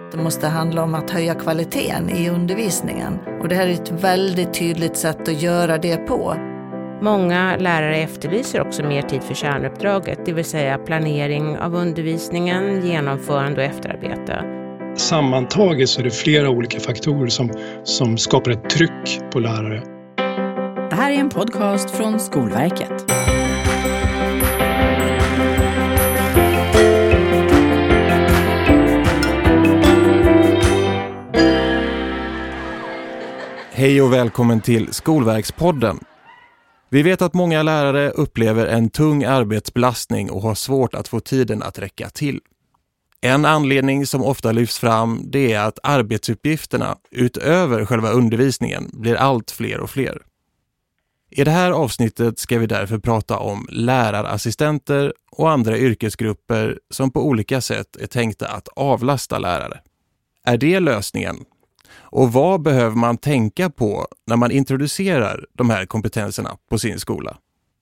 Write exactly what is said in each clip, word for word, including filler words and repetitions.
Det måste handla om att höja kvaliteten i undervisningen. Och det här är ett väldigt tydligt sätt att göra det på. Många lärare efterlyser också mer tid för kärnuppdraget, det vill säga planering av undervisningen, genomförande och efterarbete. Sammantaget så är det flera olika faktorer som, som skapar ett tryck på lärare. Det här är en podcast från Skolverket. Hej och välkommen till Skolverkspodden. Vi vet att många lärare upplever en tung arbetsbelastning och har svårt att få tiden att räcka till. En anledning som ofta lyfts fram det är att arbetsuppgifterna utöver själva undervisningen blir allt fler och fler. I det här avsnittet ska vi därför prata om lärarassistenter och andra yrkesgrupper som på olika sätt är tänkta att avlasta lärare. Är det lösningen? Och vad behöver man tänka på när man introducerar de här kompetenserna på sin skola?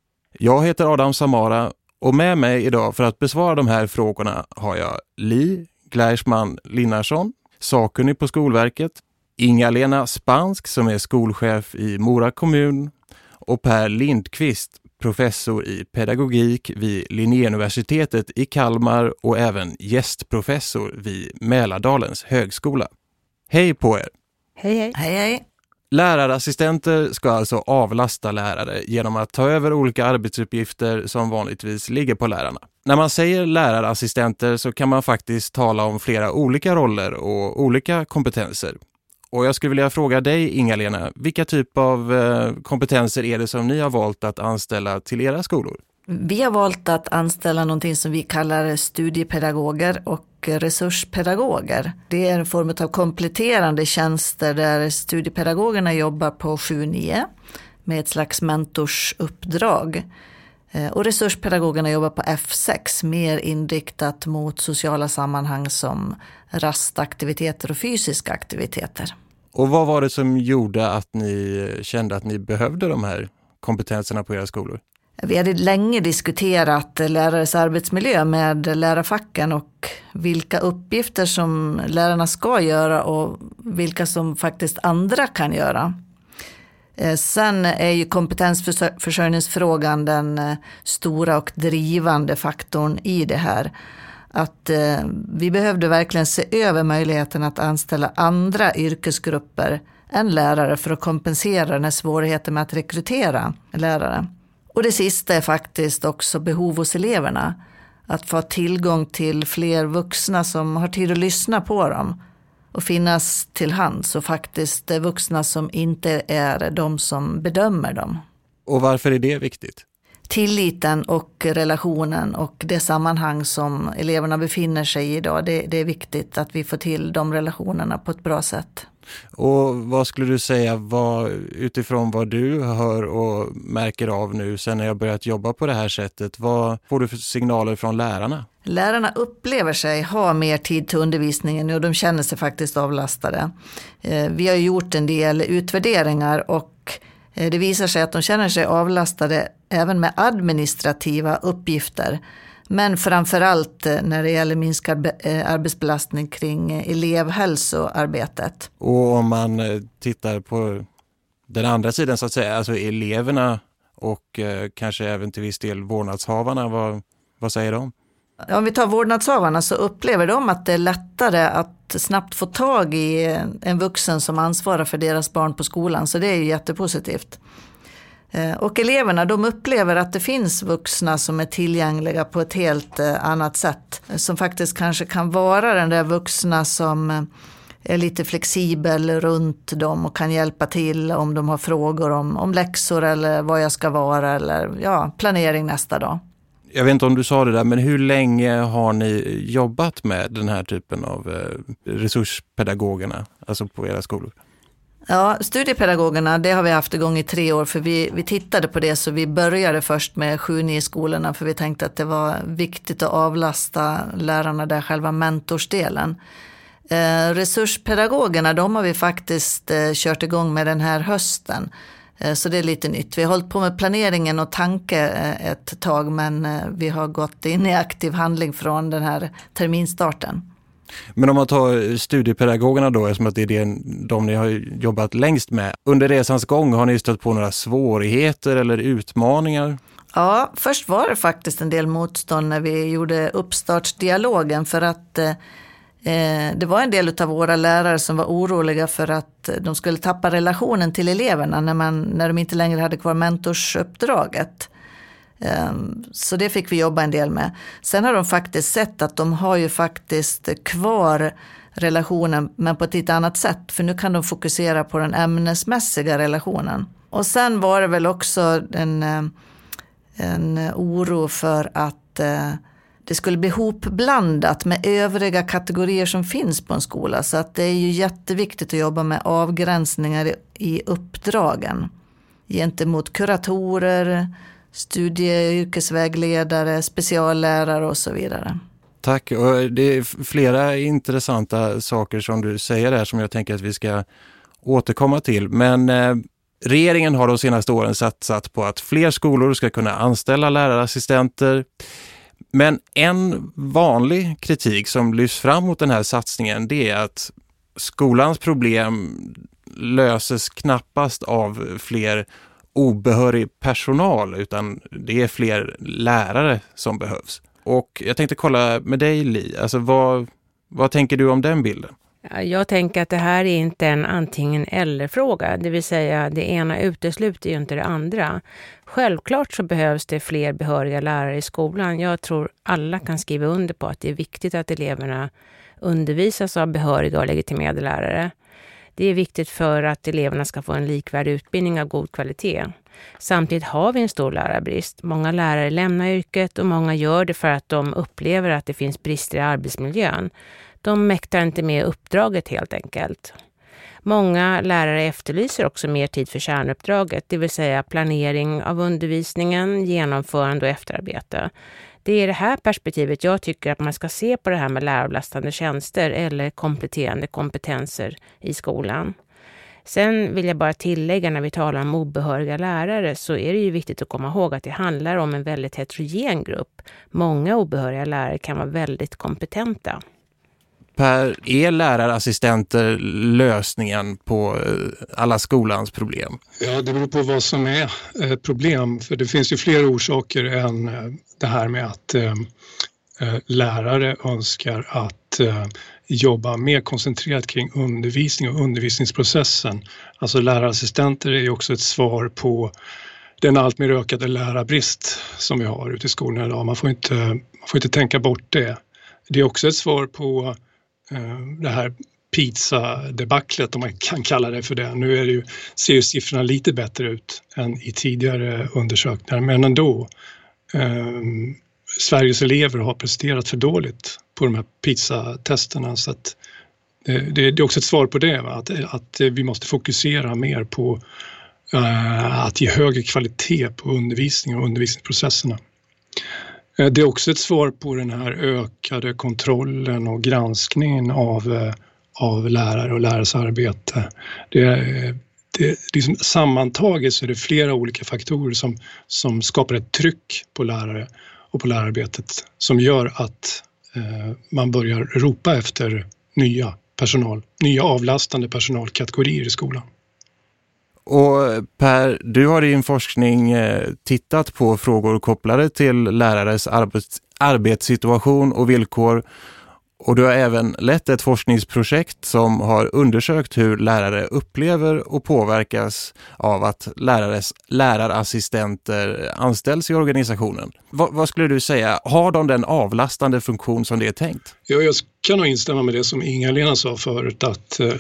Jag heter Adam Samara och med mig idag för att besvara de här frågorna har jag Li Gleischman Linnarsson, sakkunnig på Skolverket, Inga-Lena Spansk som är skolchef i Mora kommun och Per Lindqvist, professor i pedagogik vid Linnéuniversitetet i Kalmar och även gästprofessor vid Mälardalens högskola. Hej på er! Hej hej! Hej hej! Lärarassistenter ska alltså avlasta lärare genom att ta över olika arbetsuppgifter som vanligtvis ligger på lärarna. När man säger lärarassistenter så kan man faktiskt tala om flera olika roller och olika kompetenser. Och jag skulle vilja fråga dig, Inga-Lena, vilka typ av eh, kompetenser är det som ni har valt att anställa till era skolor? Vi har valt att anställa någonting som vi kallar studiepedagoger och resurspedagoger. Det är en form av kompletterande tjänster där studiepedagogerna jobbar på sju nio med ett slags mentorsuppdrag. Och resurspedagogerna jobbar på F sex, mer inriktat mot sociala sammanhang som rastaktiviteter och fysiska aktiviteter. Och vad var det som gjorde att ni kände att ni behövde de här kompetenserna på era skolor? Vi hade länge diskuterat lärares arbetsmiljö med lärarfacken och vilka uppgifter som lärarna ska göra och vilka som faktiskt andra kan göra. Sen är ju kompetensförsörjningsfrågan den stora och drivande faktorn i det här. Att vi behövde verkligen se över möjligheten att anställa andra yrkesgrupper än lärare för att kompensera den här svårigheten med att rekrytera lärare. Och det sista är faktiskt också behov hos eleverna. Att få tillgång till fler vuxna som har tid att lyssna på dem och finnas till hands. Och faktiskt vuxna som inte är de som bedömer dem. Och varför är det viktigt? Tilliten och relationen och det sammanhang som eleverna befinner sig i idag. Det, det är viktigt att vi får till de relationerna på ett bra sätt. Och vad skulle du säga vad, utifrån vad du hör och märker av nu sen när jag börjat jobba på det här sättet, vad får du för signaler från lärarna? Lärarna upplever sig ha mer tid till undervisningen och de känner sig faktiskt avlastade. Vi har gjort en del utvärderingar och det visar sig att de känner sig avlastade även med administrativa uppgifter. Men framförallt när det gäller minskad arbetsbelastning kring elevhälsoarbetet. Och om man tittar på den andra sidan så att säga, alltså eleverna och eh, kanske även till viss del vårdnadshavarna, vad, vad säger de? Om vi tar vårdnadshavarna så upplever de att det är lättare att snabbt få tag i en vuxen som ansvarar för deras barn på skolan. Så det är ju jättepositivt. Och eleverna, de upplever att det finns vuxna som är tillgängliga på ett helt annat sätt. Som faktiskt kanske kan vara den där vuxna som är lite flexibel runt dem och kan hjälpa till om de har frågor om, om läxor eller vad jag ska vara eller ja, planering nästa dag. Jag vet inte om du sa det där, men hur länge har ni jobbat med den här typen av resurspedagogerna, alltså på era skolor? Ja, studiepedagogerna, det har vi haft igång i tre år för vi, vi tittade på det så vi började först med sju nio skolorna för vi tänkte att det var viktigt att avlasta lärarna där själva mentorsdelen. Eh, resurspedagogerna, de har vi faktiskt eh, kört igång med den här hösten. Eh, så det är lite nytt. Vi har hållit på med planeringen och tanke eh, ett tag men eh, vi har gått in i aktiv handling från den här terminstarten. Men om man tar studiepedagogerna då, eftersom att det är det, de ni har jobbat längst med. Under resans gång har ni stött på några svårigheter eller utmaningar? Ja, först var det faktiskt en del motstånd när vi gjorde uppstartsdialogen för att eh, det var en del av våra lärare som var oroliga för att de skulle tappa relationen till eleverna när, man, när de inte längre hade kvar mentorsuppdraget. Så det fick vi jobba en del med. Sen har de faktiskt sett att de har ju faktiskt kvar relationen men på ett lite annat sätt. För nu kan de fokusera på den ämnesmässiga relationen. Och sen var det väl också en, en oro för att det skulle bli hopblandat med övriga kategorier som finns på en skola. Så att det är ju jätteviktigt att jobba med avgränsningar i uppdragen gentemot kuratorer, studie- och yrkesvägledare, speciallärare och så vidare. Tack. Och det är flera intressanta saker som du säger där som jag tänker att vi ska återkomma till. Men eh, regeringen har de senaste åren satsat på att fler skolor ska kunna anställa lärarassistenter. Men en vanlig kritik som lyfts fram mot den här satsningen, det är att skolans problem löses knappast av fler obehörig personal, utan det är fler lärare som behövs. Och jag tänkte kolla med dig, Li, alltså vad, vad tänker du om den bilden? Jag tänker att det här är inte en antingen eller-fråga, det vill säga det ena utesluter ju inte det andra. Självklart så behövs det fler behöriga lärare i skolan. Jag tror alla kan skriva under på att det är viktigt att eleverna undervisas av behöriga och legitimerade lärare. Det är viktigt för att eleverna ska få en likvärdig utbildning av god kvalitet. Samtidigt har vi en stor lärarbrist. Många lärare lämnar yrket och många gör det för att de upplever att det finns brister i arbetsmiljön. De mäktar inte med uppdraget helt enkelt. Många lärare efterlyser också mer tid för kärnuppdraget, det vill säga planering av undervisningen, genomförande och efterarbete. Det är det här perspektivet jag tycker att man ska se på det här med läravlastande tjänster eller kompletterande kompetenser i skolan. Sen vill jag bara tillägga, när vi talar om obehöriga lärare så är det ju viktigt att komma ihåg att det handlar om en väldigt heterogen grupp. Många obehöriga lärare kan vara väldigt kompetenta. Per, är lärarassistenter lösningen på alla skolans problem? Ja, det beror på vad som är problem. För det finns ju fler orsaker än det här med att eh, lärare önskar att eh, jobba mer koncentrerat kring undervisning och undervisningsprocessen. Alltså lärarassistenter är ju också ett svar på den allt mer ökade lärarbrist som vi har ute i skolorna idag. Man får inte, man får inte tänka bort det. Det är också ett svar på det här pizza-debaclet, om man kan kalla det för det. Nu är det ju, ser ju siffrorna lite bättre ut än i tidigare undersökningar, men ändå. Eh, Sveriges elever har presterat för dåligt på de här pizza-testerna, så att det, det är också ett svar på det, va? Att, att vi måste fokusera mer på eh, att ge högre kvalitet på undervisning och undervisningsprocesserna. Det är också ett svar på den här ökade kontrollen och granskningen av, av lärare och lärares arbete. Det, det, liksom, sammantaget så är det flera olika faktorer som, som skapar ett tryck på lärare och på lärararbetet som gör att eh, man börjar ropa efter nya personal, nya avlastande personalkategorier i skolan. Och Per, du har i din forskning tittat på frågor kopplade till lärares arbets- arbetssituation och villkor, och du har även lett ett forskningsprojekt som har undersökt hur lärare upplever och påverkas av att lärares lärarassistenter anställs i organisationen. Va- vad skulle du säga, har de den avlastande funktion som det är tänkt? Ja, jag kan nog instämma med det som Inga-Lena sa förut, att eh,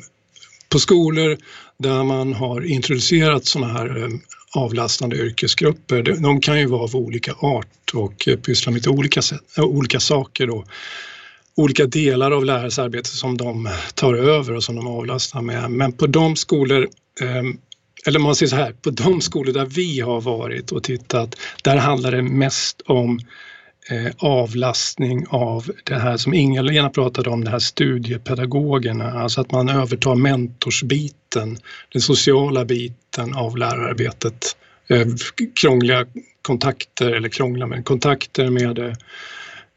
på skolor där man har introducerat sådana här eh, avlastande yrkesgrupper, de, de kan ju vara av olika art och eh, pyssla med olika, sätt, äh, olika saker då. Olika delar av lärares arbete som de tar över och som de avlastar med. Men på de skolor, eh, eller man säger så här, på de skolor där vi har varit och tittat, där handlar det mest om eh, avlastning av det här som Inga-Lena pratade om, det här studiepedagogerna. Alltså att man övertar mentorsbiten, den sociala biten av lärararbetet. Eh, krångliga kontakter, eller krångliga men kontakter med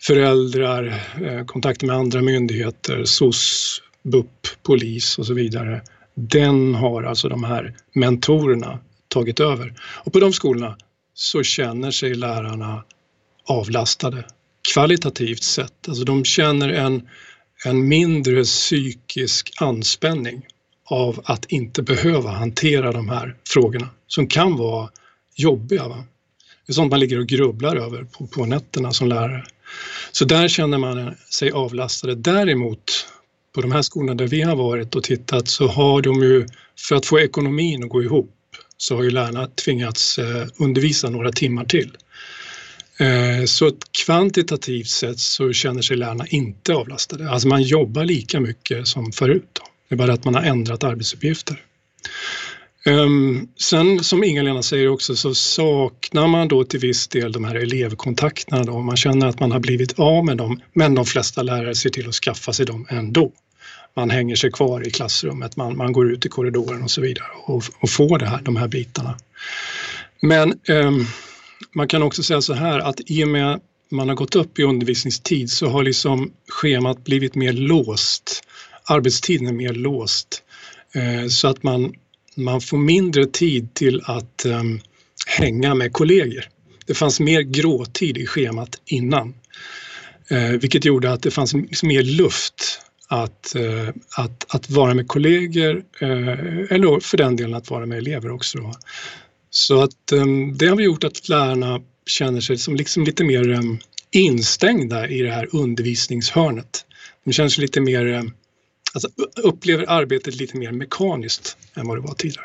föräldrar, kontakter med andra myndigheter, S O S, B U P, polis och så vidare. Den har alltså de här mentorerna tagit över. Och på de skolorna så känner sig lärarna avlastade kvalitativt sett. Alltså de känner en, en mindre psykisk anspänning av att inte behöva hantera de här frågorna som kan vara jobbiga. Va? Det är sånt man ligger och grubblar över på, på nätterna som lärare. Så där känner man sig avlastade. Däremot på de här skolorna där vi har varit och tittat så har de ju, för att få ekonomin att gå ihop, så har ju lärarna tvingats eh, undervisa några timmar till. Eh, så ett kvantitativt sett så känner sig lärarna inte avlastade. Alltså man jobbar lika mycket som förut då. Det är bara att man har ändrat arbetsuppgifter. Um, sen som Inga-Lena säger också så saknar man då till viss del de här elevkontakterna då. Man känner att man har blivit av med dem, men de flesta lärare ser till att skaffa sig dem ändå. Man hänger sig kvar i klassrummet, man, man går ut i korridoren och så vidare och, och får det här, de här bitarna. Men um, man kan också säga så här att i och med att man har gått upp i undervisningstid så har liksom schemat blivit mer låst. Arbetstiden är mer låst uh, så att man Man får mindre tid till att um, hänga med kollegor. Det fanns mer gråtid i schemat innan. Uh, vilket gjorde att det fanns liksom mer luft att, uh, att, att vara med kollegor. Uh, eller för den delen att vara med elever också. Då. Så att um, det har gjort att lärarna känner sig som liksom lite mer um, instängda i det här undervisningshörnet. De känner sig lite mer... Um, Alltså upplever arbetet lite mer mekaniskt än vad det var tidigare.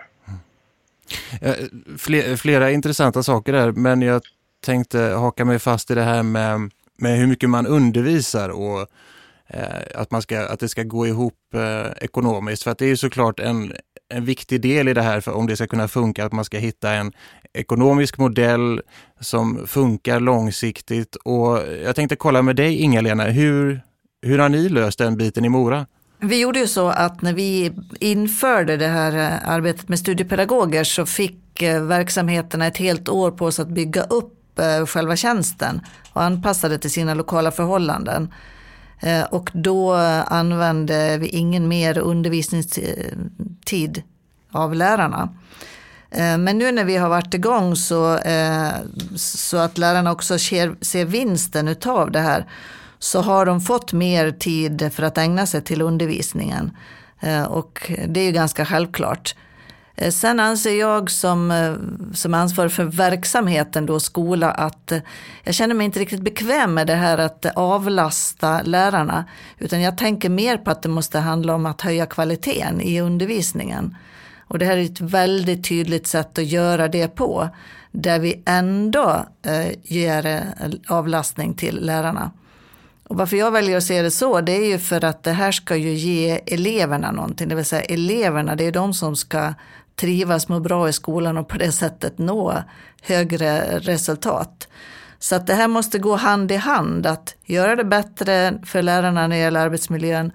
Flera, flera intressanta saker där, men jag tänkte haka mig fast i det här med, med hur mycket man undervisar och eh, att, man ska, att det ska gå ihop eh, ekonomiskt. För att det är ju såklart en, en viktig del i det här för om det ska kunna funka, att man ska hitta en ekonomisk modell som funkar långsiktigt. Och jag tänkte kolla med dig, Inga-Lena, hur, hur har ni löst den biten i Mora? Vi gjorde ju så att när vi införde det här arbetet med studiepedagoger så fick verksamheterna ett helt år på sig att bygga upp själva tjänsten och anpassa det till sina lokala förhållanden. Och då använde vi ingen mer undervisningstid av lärarna. Men nu när vi har varit igång så, så att lärarna också ser, ser vinsten utav det här, så har de fått mer tid för att ägna sig till undervisningen. Och det är ju ganska självklart. Sen anser jag som, som ansvarig för verksamheten då, skola, att jag känner mig inte riktigt bekväm med det här att avlasta lärarna. Utan jag tänker mer på att det måste handla om att höja kvaliteten i undervisningen. Och det här är ett väldigt tydligt sätt att göra det på. Där vi ändå eh, ger avlastning till lärarna. Och varför jag väljer att se det så, det är ju för att det här ska ju ge eleverna någonting. Det vill säga eleverna, det är de som ska trivas, må bra i skolan och på det sättet nå högre resultat. Så att det här måste gå hand i hand, att göra det bättre för lärarna när det gäller arbetsmiljön,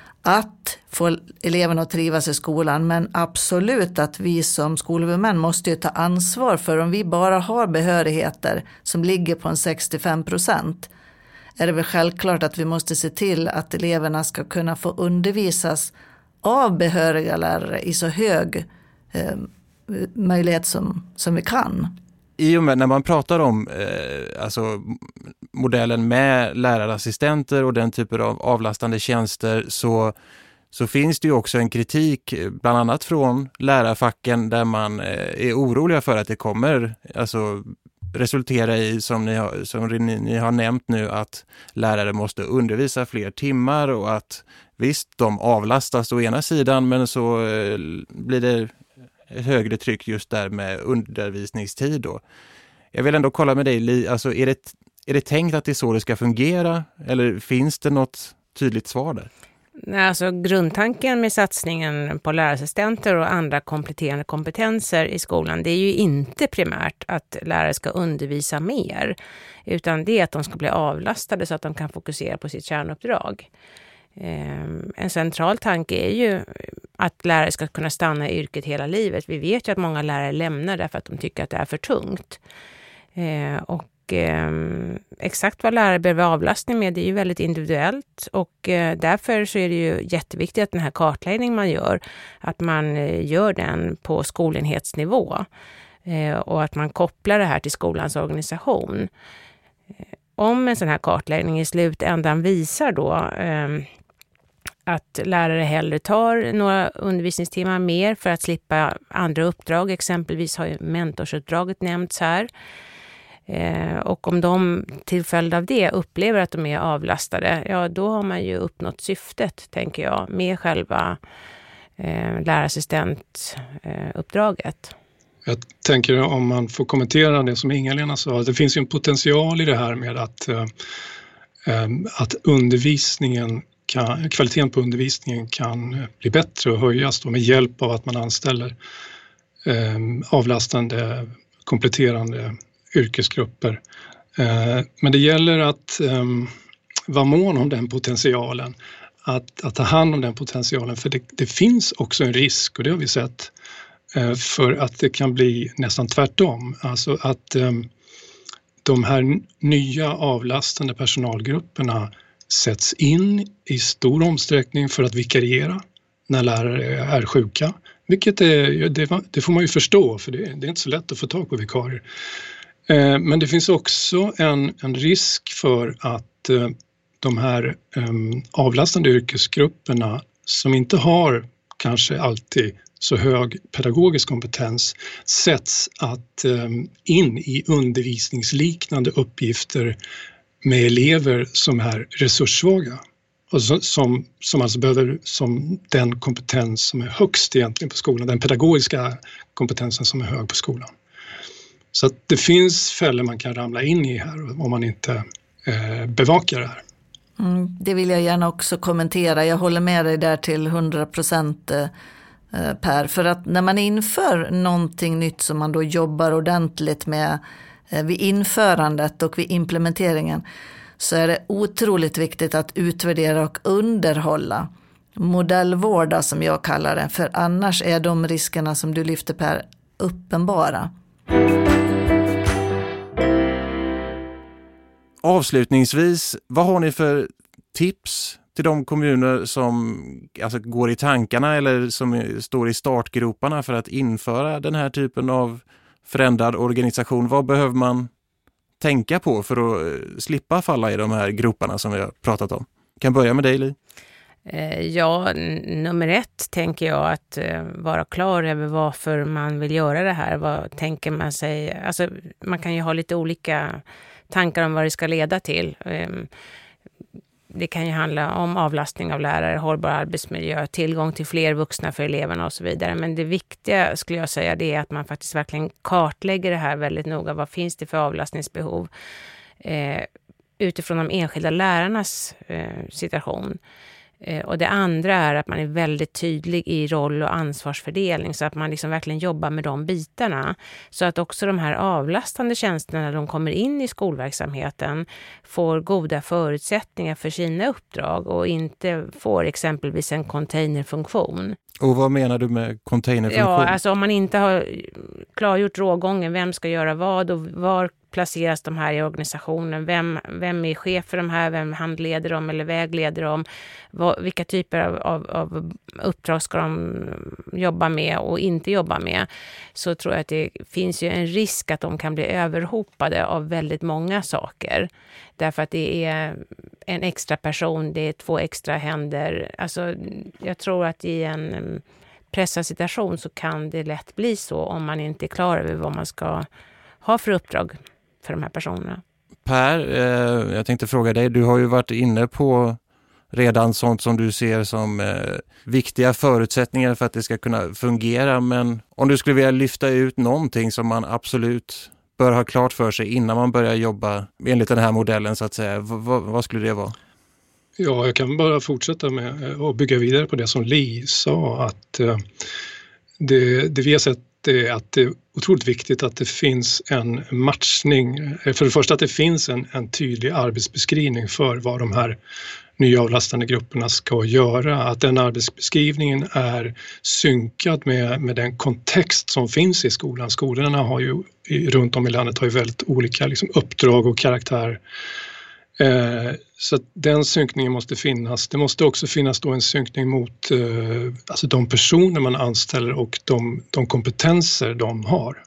att få eleverna att trivas i skolan, men absolut att vi som skolhuvudmän måste ju ta ansvar för om vi bara har behörigheter som ligger på en sextiofem procent. Är det väl självklart att vi måste se till att eleverna ska kunna få undervisas av behöriga lärare i så hög eh, möjlighet som, som vi kan. I och med när man pratar om eh, alltså, modellen med lärarassistenter och den typen av avlastande tjänster så, så finns det ju också en kritik bland annat från lärarfacken där man eh, är oroliga för att det kommer alltså resultera i, som ni har, som ni, ni har nämnt nu, att lärare måste undervisa fler timmar och att visst, de avlastas å ena sidan, men så eh, blir det ett högre tryck just där med undervisningstid då. Jag vill ändå kolla med dig, alltså är det, är det tänkt att det är så det ska fungera eller finns det något tydligt svar där? Alltså grundtanken med satsningen på lärarassistenter och andra kompletterande kompetenser i skolan, det är ju inte primärt att lärare ska undervisa mer, utan det är att de ska bli avlastade så att de kan fokusera på sitt kärnuppdrag. En central tanke är ju att lärare ska kunna stanna i yrket hela livet. Vi vet ju att många lärare lämnar därför att de tycker att det är för tungt. Och Och eh, exakt vad lärare behöver avlastning med, det är ju väldigt individuellt. Och eh, därför så är det ju jätteviktigt att den här kartläggningen man gör, att man eh, gör den på skolenhetsnivå. Eh, och att man kopplar det här till skolans organisation. Eh, om en sån här kartläggning i slutändan visar då eh, att lärare hellre tar några undervisningstimmar mer för att slippa andra uppdrag. Exempelvis har ju mentorsuppdraget nämnts här. Eh, och om de till följd av det upplever att de är avlastade, ja då har man ju uppnått syftet, tänker jag, med själva eh, lärarassistentuppdraget. Jag tänker om man får kommentera det som Inga-Lena sa, det finns ju en potential i det här med att, eh, att undervisningen kan, kvaliteten på undervisningen kan bli bättre och höjas då med hjälp av att man anställer eh, avlastande, kompletterande yrkesgrupper. Eh, men det gäller att eh, vara mån om den potentialen, att, att ta hand om den potentialen, för det, det finns också en risk, och det har vi sett, eh, för att det kan bli nästan tvärtom. Alltså att eh, de här nya avlastande personalgrupperna sätts in i stor omsträckning för att vikariera när lärare är sjuka. Vilket är, det, det får man ju förstå, för det, det är inte så lätt att få tag på vikarier. Eh, men det finns också en, en risk för att eh, de här eh, avlastande yrkesgrupperna som inte har kanske alltid så hög pedagogisk kompetens sätts att eh, in i undervisningsliknande uppgifter med elever som är resurssvaga och som, som alltså behöver som den kompetens som är högst egentligen på skolan, den pedagogiska kompetensen som är hög på skolan. Så att det finns fällor man kan ramla in i här om man inte eh, bevakar det här. Mm, det vill jag gärna också kommentera. Jag håller med dig där till hundra procent eh, Per. För att när man inför någonting nytt som man då jobbar ordentligt med eh, vid införandet och vid implementeringen, så är det otroligt viktigt att utvärdera och underhålla. Modellvårda som jag kallar det. För annars är de riskerna som du lyfter, Per, uppenbara. Avslutningsvis, vad har ni för tips till de kommuner som alltså, går i tankarna eller som står i startgroparna för att införa den här typen av förändrad organisation? Vad behöver man tänka på för att slippa falla i de här groparna som vi har pratat om? Kan börja med dig, Li. Ja, nummer ett tänker jag att vara klar över varför man vill göra det här. Vad tänker man sig? Alltså, man kan ju ha lite olika tankar om vad det ska leda till. Det kan ju handla om avlastning av lärare, hållbar arbetsmiljö, tillgång till fler vuxna för eleverna och så vidare. Men det viktiga skulle jag säga, det är att man faktiskt verkligen kartlägger det här väldigt noga. Vad finns det för avlastningsbehov eh, utifrån de enskilda lärarnas eh, situation. Eh, och det andra är att man är väldigt tydlig i roll- och ansvarsfördelning, så att man liksom verkligen jobbar med de bitarna. Så att också de här avlastande tjänsterna när de kommer in i skolverksamheten får goda förutsättningar för sina uppdrag och inte får exempelvis en containerfunktion. Och vad menar du med containerfunktion? Ja, alltså om man inte har klargjort rågången, vem ska göra vad och var placeras de här i organisationen, vem, vem är chef för de här, vem handleder dem eller vägleder dem, vad, vilka typer av, av, av uppdrag ska de jobba med och inte jobba med, så tror jag att det finns ju en risk att de kan bli överhopade av väldigt många saker. Därför att det är en extra person, det är två extra händer. Alltså, jag tror att i en pressad situation så kan det lätt bli så om man inte är klar över vad man ska ha för uppdrag för de här personerna. Per, eh, jag tänkte fråga dig, du har ju varit inne på redan sånt som du ser som eh, viktiga förutsättningar för att det ska kunna fungera, men om du skulle vilja lyfta ut någonting som man absolut bör ha klart för sig innan man börjar jobba enligt den här modellen så att säga, v- v- vad skulle det vara? Ja, jag kan bara fortsätta med att bygga vidare på det som Li sa, att eh, det, det vi har sett är att det är otroligt viktigt att det finns en matchning. För det första att det finns en, en tydlig arbetsbeskrivning för vad de här nya avlastande grupperna ska göra. Att den arbetsbeskrivningen är synkad med, med den kontext som finns i skolan. Skolorna har ju i, runt om i landet har ju väldigt olika liksom, uppdrag och karaktär. Eh, så att den synkningen måste finnas. Det måste också finnas då en synkning mot eh, alltså de personer man anställer och de, de kompetenser de har.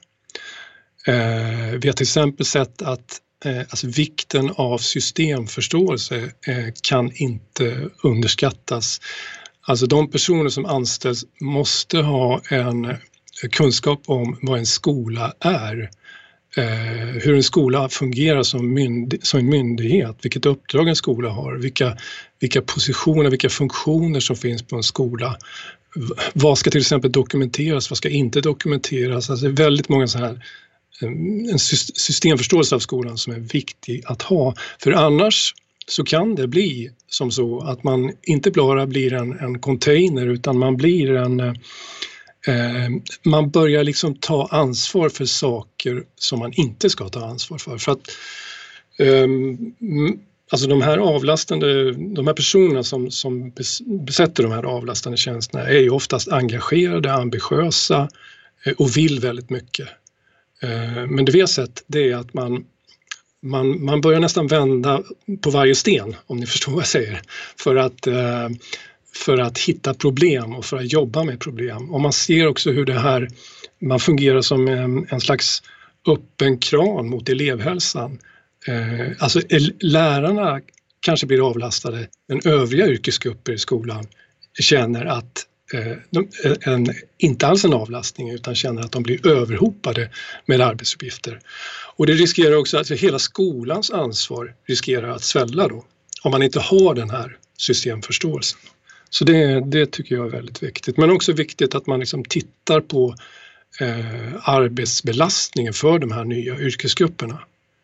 Eh, vi har till exempel sett att eh, alltså vikten av systemförståelse eh, kan inte underskattas. Alltså de personer som anställs måste ha en kunskap om vad en skola är. Eh, hur en skola fungerar som, mynd, som en myndighet, vilket uppdrag en skola har, vilka, vilka positioner, vilka funktioner som finns på en skola. Vad ska till exempel dokumenteras, vad ska inte dokumenteras? Alltså det är väldigt många så här, en systemförståelse av skolan som är viktig att ha. För annars så kan det bli som så att man inte bara blir en, en container utan man blir en... Eh, man börjar liksom ta ansvar för saker som man inte ska ta ansvar för. För att eh, alltså de här avlastande, de här personerna som, som besätter de här avlastande tjänsterna är ju oftast engagerade, ambitiösa eh, och vill väldigt mycket. Eh, men det vi har sett, det är att man Man, man börjar nästan vända på varje sten, om ni förstår vad jag säger, för att, eh, för att hitta problem och för att jobba med problem. Och man ser också hur det här, man fungerar som en, en slags öppen kran mot elevhälsan. Eh, alltså lärarna kanske blir avlastade, men övriga yrkesgrupper i skolan känner att eh, de, en, inte alls en avlastning utan känner att de blir överhopade med arbetsuppgifter. Och det riskerar också att hela skolans ansvar riskerar att svälla då, om man inte har den här systemförståelsen. Så det, det tycker jag är väldigt viktigt. Men också viktigt att man liksom tittar på eh, arbetsbelastningen för de här nya yrkesgrupperna.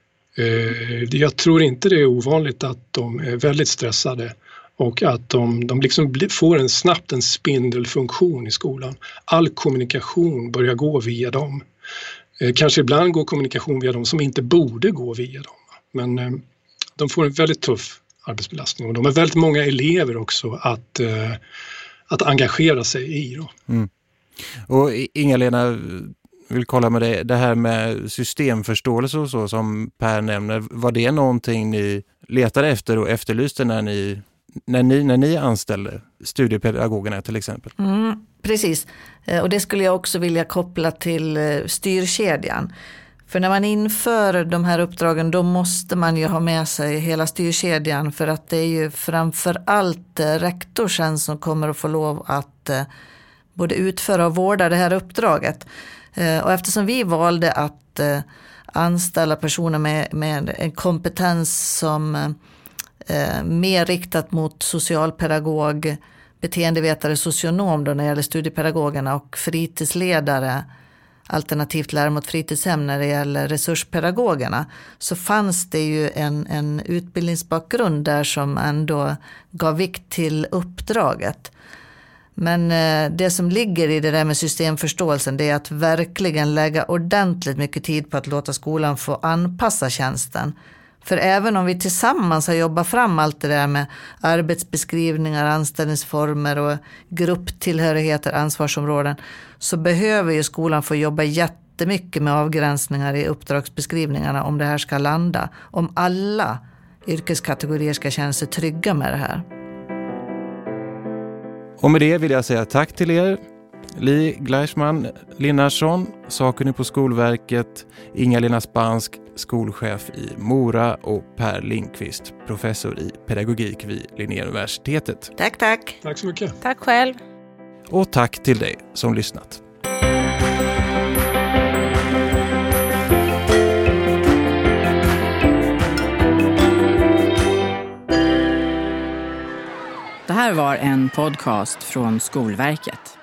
Eh, jag tror inte det är ovanligt att de är väldigt stressade och att de, de liksom får en snabbt en spindelfunktion i skolan. All kommunikation börjar gå via dem. Kanske ibland går kommunikation via dem som inte borde gå via dem. Men eh, de får en väldigt tuff arbetsbelastning och de har väldigt många elever också att, eh, att engagera sig i. Då. Mm. Och Inga-Lena, vill kolla med dig, det här med systemförståelse och så som Per nämner, var det någonting ni letade efter och efterlyste när ni, när ni, när ni anställde studiepedagogerna till exempel? Mm. Precis, och det skulle jag också vilja koppla till styrkedjan. För när man inför de här uppdragen då måste man ju ha med sig hela styrkedjan, för att det är ju framför allt rektorn som kommer att få lov att både utföra och vårda det här uppdraget. Och eftersom vi valde att anställa personer med, med en kompetens som är mer riktat mot socialpedagog, beteendevetare, socionom då när det gäller studiepedagogerna och fritidsledare, alternativt lärare mot fritidshem när det gäller resurspedagogerna, så fanns det ju en, en utbildningsbakgrund där som ändå gav vikt till uppdraget. Men eh, det som ligger i det där med systemförståelsen, det är att verkligen lägga ordentligt mycket tid på att låta skolan få anpassa tjänsten. För även om vi tillsammans har jobbat fram allt det där med arbetsbeskrivningar, anställningsformer och grupptillhörigheter, ansvarsområden, så behöver ju skolan få jobba jättemycket med avgränsningar i uppdragsbeskrivningarna om det här ska landa. Om alla yrkeskategorier ska känna sig trygga med det här. Och med det vill jag säga tack till er. Li Gleichman Linnarsson, sakkunnig på Skolverket, Inga-Lena Spansk, skolchef i Mora och Per Lindqvist, professor i pedagogik vid Linnéuniversitetet. Tack, tack. Tack så mycket. Tack själv. Och tack till dig som lyssnat. Det här var en podcast från Skolverket.